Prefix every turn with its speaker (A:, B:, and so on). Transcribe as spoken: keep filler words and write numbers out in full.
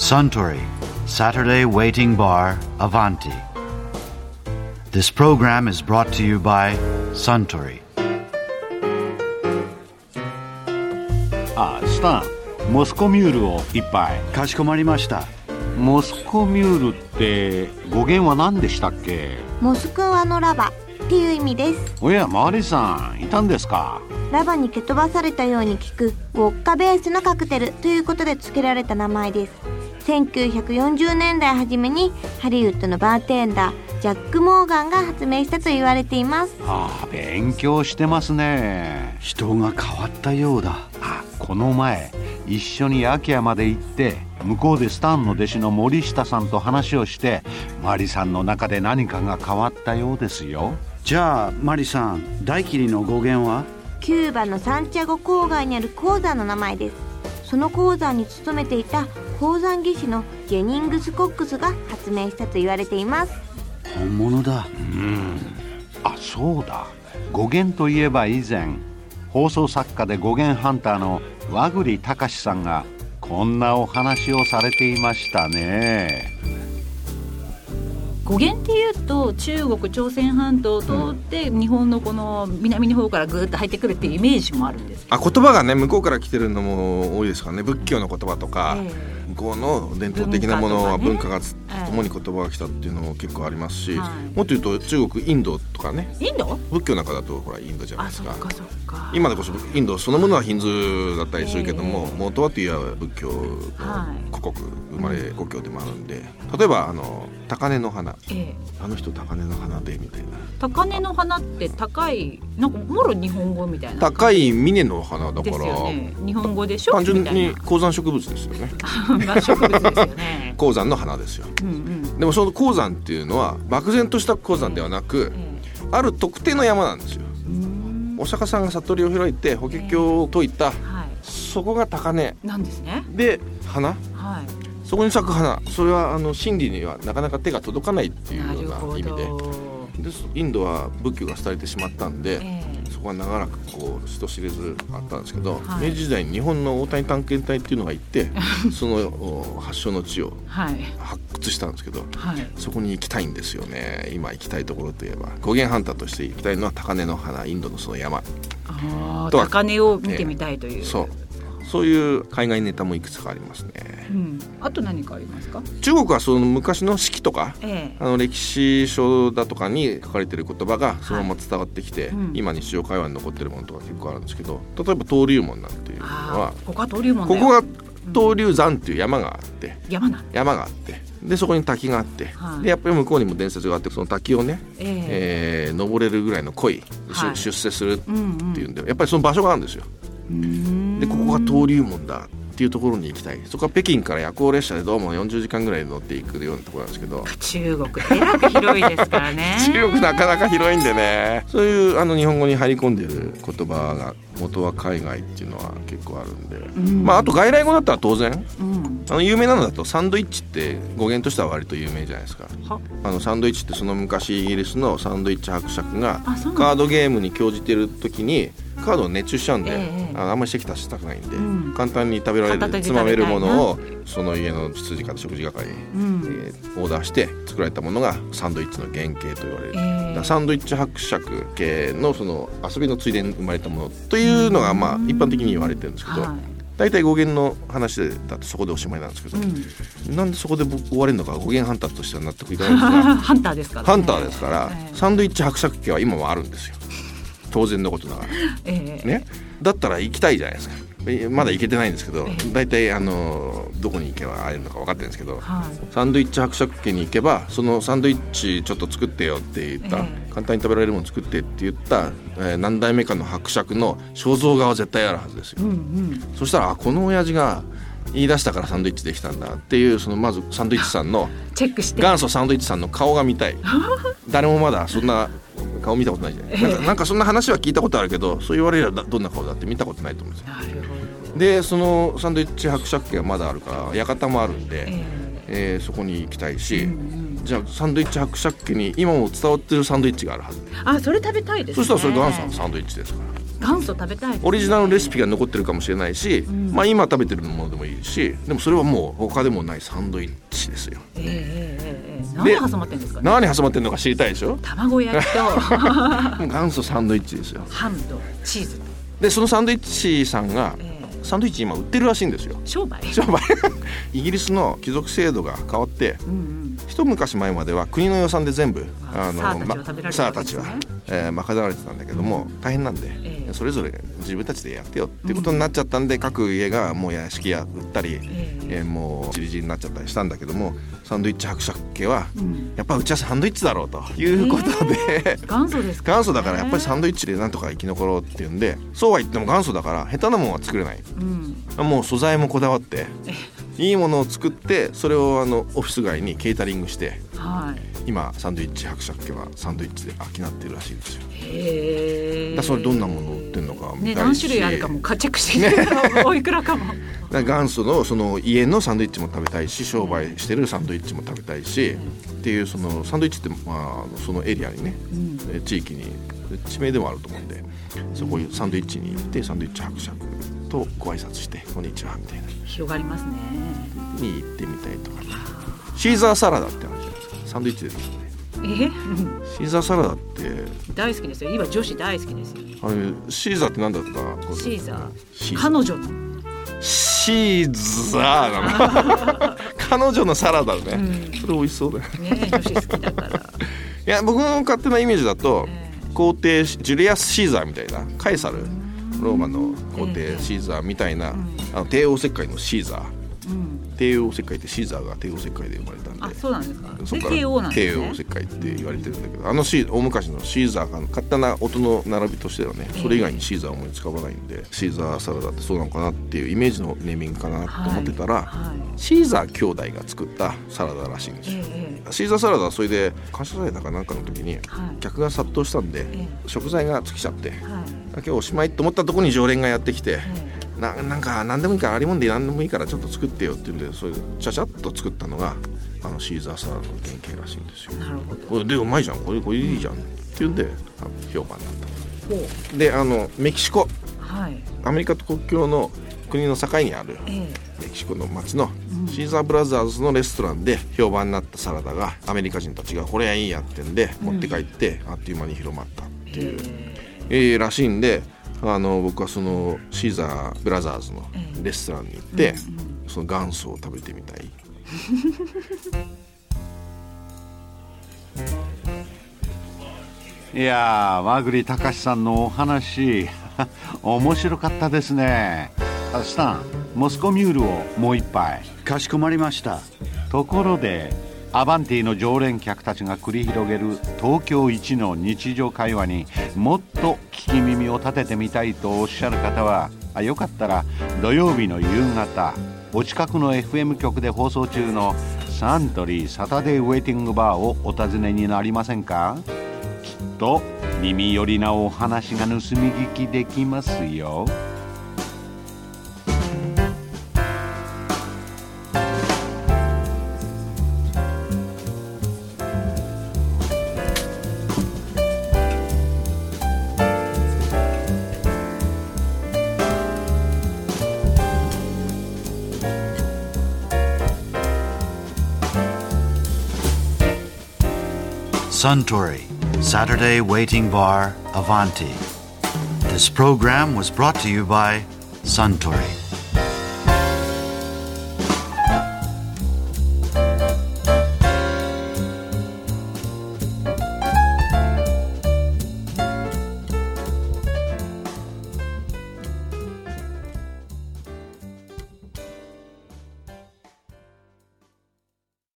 A: Suntory Saturday Waiting Bar Avanti. This program is brought to you by Suntory.
B: あ、スタン、モスコミュールを一杯。
A: かしこまりました。
B: モスコミュールって語源は何でしたっけ？
C: モスクワのラバっていう意味です。
B: おや、マリさんいたんですか？
C: ラバに蹴飛ばされたように効くウォッカベースのカクテルということで付けられた名前です。せんきゅうひゃくよんじゅうねんだい初めにハリウッドのバーテンダージャック・モーガンが発明したと言われています。
B: ああ、勉強してますね。
A: 人が変わったようだ。
B: あ、この前一緒に秋山まで行って向こうでスタンの弟子の森下さんと話をしてマリさんの中で何かが変わったようですよ。
A: じゃあマリさん、大霧の語源は？
C: キューバのサンチアゴ郊外にある鉱山の名前です。その鉱山に勤めていた鉱山技師のジェニングス・コックスが発明したと言われています。
A: 本物だ。
B: うん。あ、そうだ。語源といえば以前放送作家で語源ハンターの和栗隆さんがこんなお話をされていましたね。
D: 語源っていうと中国朝鮮半島を通って日本のこの南の方からぐーっと入ってくるっていうイメージもあるんですけど、
E: あ、言葉がね向こうから来てるのも多いですからね。仏教の言葉とか、えー、向こうの伝統的なものは文化がともに言葉が来たっていうのも結構ありますし、はい、もっと言うと中国インドとかね。
D: インド？
E: 仏教なんかだとほらインドじゃないですか。
D: あ、そっかそっか。
E: 今でこそインドそのものはヒンズーだったりするけども、えー、元はといえば仏教の古国、生まれ故郷でもあるんで、例えばあの高嶺の花、えー、あの人高嶺の花でみたいな。
D: 高嶺の花って高い、なんかもろ日本語みたいな。
E: 高い峰の花だから
D: ですよね。日本語でしょ。
E: 単純に高山植物ですよね。
D: 植物ですよね。
E: 高山の花ですよ、うんうん、でもその高山っていうのは漠然とした高山ではなく、えー、ある特定の山なんですよ。お釈迦さんが悟りを開いて法華経を説いた、えーはい、そこが高嶺
D: なんですね。
E: で花、はい、そこに咲く花、それはあの真理にはなかなか手が届かないっていうような意味で、でインドは仏教が廃れてしまったんで、えー、そこは長らくこう人知れずあったんですけど、はい、明治時代に日本の大谷探検隊っていうのが行ってその発祥の地を発掘したんですけど、はい、そこに行きたいんですよね。今行きたいところといえば語源ハンターとして行きたいのは高嶺の花、インドのその山。
D: あ、高嶺を見てみたいという、えー、
E: そうそういう海外ネタもいくつかありますね、
D: うん、あと何かありますか？
E: 中国はその昔の史記とか、ええ、あの歴史書だとかに書かれている言葉がそのまま伝わってきて、はい、うん、今日常会話に残っているものとか結構あるんですけど、例えば登竜門なんていうのは、
D: ここが登竜門だよ。
E: ここが登竜山っていう山があって、
D: うん、山なん
E: 山があってでそこに滝があって、はい、でやっぱり向こうにも伝説があって、その滝をね、えーえー、登れるぐらいの濃い、はい、出世するっていうんで、うんうん、やっぱりその場所があるんですよ。でここが登竜門だっていうところに行きたい。そこは北京から夜行列車でどうもよんじゅうじかんぐらい乗っていくようなところなんですけど、
D: 中国えらく広いですからね。
E: 中国なかなか広いんでね、そういうあの日本語に入り込んでる言葉が元は海外っていうのは結構あるんで、うん、まああと外来語だったら当然、うん、あの有名なのだとサンドイッチって語源としては割と有名じゃないですか。あのサンドイッチってその昔イギリスのサンドイッチ伯爵がカードゲームに興じてる時にカードを熱中しちゃうんで、えー、あ, あんまり席立ちたくないんで、うん、簡単に食べられるつまめるものをその家の羊か食事係に、うん、えー、オーダーして作られたものがサンドイッチの原型と言われる、えー、だサンドイッチ伯爵系 の, その遊びのついでに生まれたものというのがまあ一般的に言われてるんですけど、はい、大体語源の話だとそこでおしまいなんですけど、うん、なんでそこで終われるのか語源ハンターとしては納得いかないんですが
D: ハンターですから、ね、
E: ハンターですから、えー、サンドイッチ伯爵家は今もあるんですよ。当然のことながら、えーね、だったら行きたいじゃないですか。まだ行けてないんですけど、えー、大体あのどこに行けば会えるのか分かってるんですけど、はい、サンドイッチ伯爵家に行けばそのサンドイッチちょっと作ってよって言った、えー、簡単に食べられるもの作ってって言った、えー、何代目かの伯爵の肖像画は絶対あるはずですよ、うんうん、そしたらあこの親父が言い出したからサンドイッチできたんだっていう、そのまずサンドイッチさんの
D: チェックして
E: 元祖サンドイッチさんの顔が見たい誰もまだそんな顔見たことないじゃない、なんか、なんかそんな話は聞いたことあるけど、そう言われればどんな顔だって見たことないと思うんですよ。なるほど。でそのサンドイッチ伯爵家がまだあるから館もあるんで、えーえー、そこに行きたいし、うんうん、じゃあサンドイッチ伯爵家に今も伝わってるサンドイッチがあるはず。
D: あ、それ食べたいですね。
E: そしたらそれ元祖のサンドイッチですから、
D: 元祖食べたいですね。
E: オリジナルレシピが残ってるかもしれないし、うん、まあ、今食べてるものでもいいし、でもそれはもう他でもないサンドイッチですよ。
D: えーえーえー、何挟まってるんですかね。
E: 何挟まってるのか知りたいでしょ。
D: 卵焼きと
E: 元祖サンドイッチですよ。
D: ハムとチーズ
E: で、そのサンドイッチさんが、えー、サンドイッチ今売ってるらしいんですよ。
D: 商売
E: 商売イギリスの貴族制度が変わって、うんうん、一昔前までは国の予算で全部あのサーたちは、えー、賄われてたんだけども、うん、大変なんで、えー、それぞれ自分たちでやってよっていうことになっちゃったんで、うん、各家がもう屋敷屋売ったり、えーえー、もうチリチリになっちゃったりしたんだけども、サンドイッチ伯爵家は、うん、やっぱうちはサンドイッチだろうということで、えー、
D: 元祖ですか、
E: 元祖だからやっぱりサンドイッチでなんとか生き残ろうっていうんで、そうは言っても元祖だから下手なものは作れない、うん、もう素材もこだわっていいものを作って、それをあのオフィス街にケータリングして、はい、今サンドイッチ伯爵家はサンドイッチで商ってるらしいんですよ。
D: へ
E: だそれどんなものを売ってるのか見たいし、ね、
D: 何種類あるかもチェックしてるからおいくらかも
E: だ元祖 の, その家のサンドイッチも食べたいし、商売してるサンドイッチも食べたいし、うん、っていうそのサンドイッチって、まあ、そのエリアにね、うん、地域に地名でもあると思うんで、そこサンドイッチに行ってサンドイッチ伯爵とご挨拶してこんにちはみたいな、
D: 広がりますね
E: に行ってみたいとか、ね、シーザーサラダってあるじゃないですか、サンドイッチですよね。
D: え
E: シーザーサラダって
D: 大好きですよ。今女子大好きですよ。
E: あれシーザーって何だった？
D: シーザーシーザー彼女の
E: シーザーなの彼女のサラダね、うん、それ美味しそうだよ
D: ね。女子好きだからい
E: や僕の勝手なイメージだと、えー、皇帝ジュリアス・シーザーみたいな、カエサルローマの皇帝シーザーみたいな、えー、あの帝王切開のシーザー、うん、帝王切開ってシーザーが帝王切開で生まれたんで、
D: あ、そうなんですか。
E: そこから帝王なんですね。帝王切開って言われてるんだけど、あのシー大昔のシーザーが勝手な音の並びとしてはね、それ以外にシーザーは思いつかばないんで、シーザーサラダってそうなのかなっていうイメージのネーミングかなと思ってたら、はいはい、シーザー兄弟が作ったサラダらしいんですよ、えー、シーザーサラダはそれで感謝祭だかなんかの時に客が殺到したんで、えー、食材が尽きちゃって、はい、今日おしまいと思ったところに常連がやってきて、えーな, なんか何でもいいからありもんで何でもいいからちょっと作ってよって言うんで、それちゃちゃっと作ったのがあのシーザーサラダの原型らしいんですよ。
D: なるほど。
E: これでうまいじゃん、これこれいいじゃん、うん、って言うんで評判になったで、あのメキシコ、はい、アメリカと国境の国の境にあるメキシコの町のシーザーブラザーズのレストランで評判になったサラダがアメリカ人たちがこれはいいやってんで持って帰って、うん、あっという間に広まったっていう、えー、らしいんで、あの僕はそのシーザーブラザーズのレストランに行って、うんうん、その元祖を食べてみたい
B: いやー、和栗隆さんのお話面白かったですね。スタン、モスコミュールをもう一杯。
A: かしこまりました。
B: ところでアバンティの常連客たちが繰り広げる東京一の日常会話にもっと聞き耳を立ててみたいとおっしゃる方は、あよかったら土曜日の夕方お近くの エフエム 局で放送中のサントリーサタデーウェイティングバーをお尋ねになりませんか？きっと耳寄りなお話が盗み聞きできますよ。
A: Suntory, Saturday Waiting Bar, Avanti. This program was brought to you by Suntory.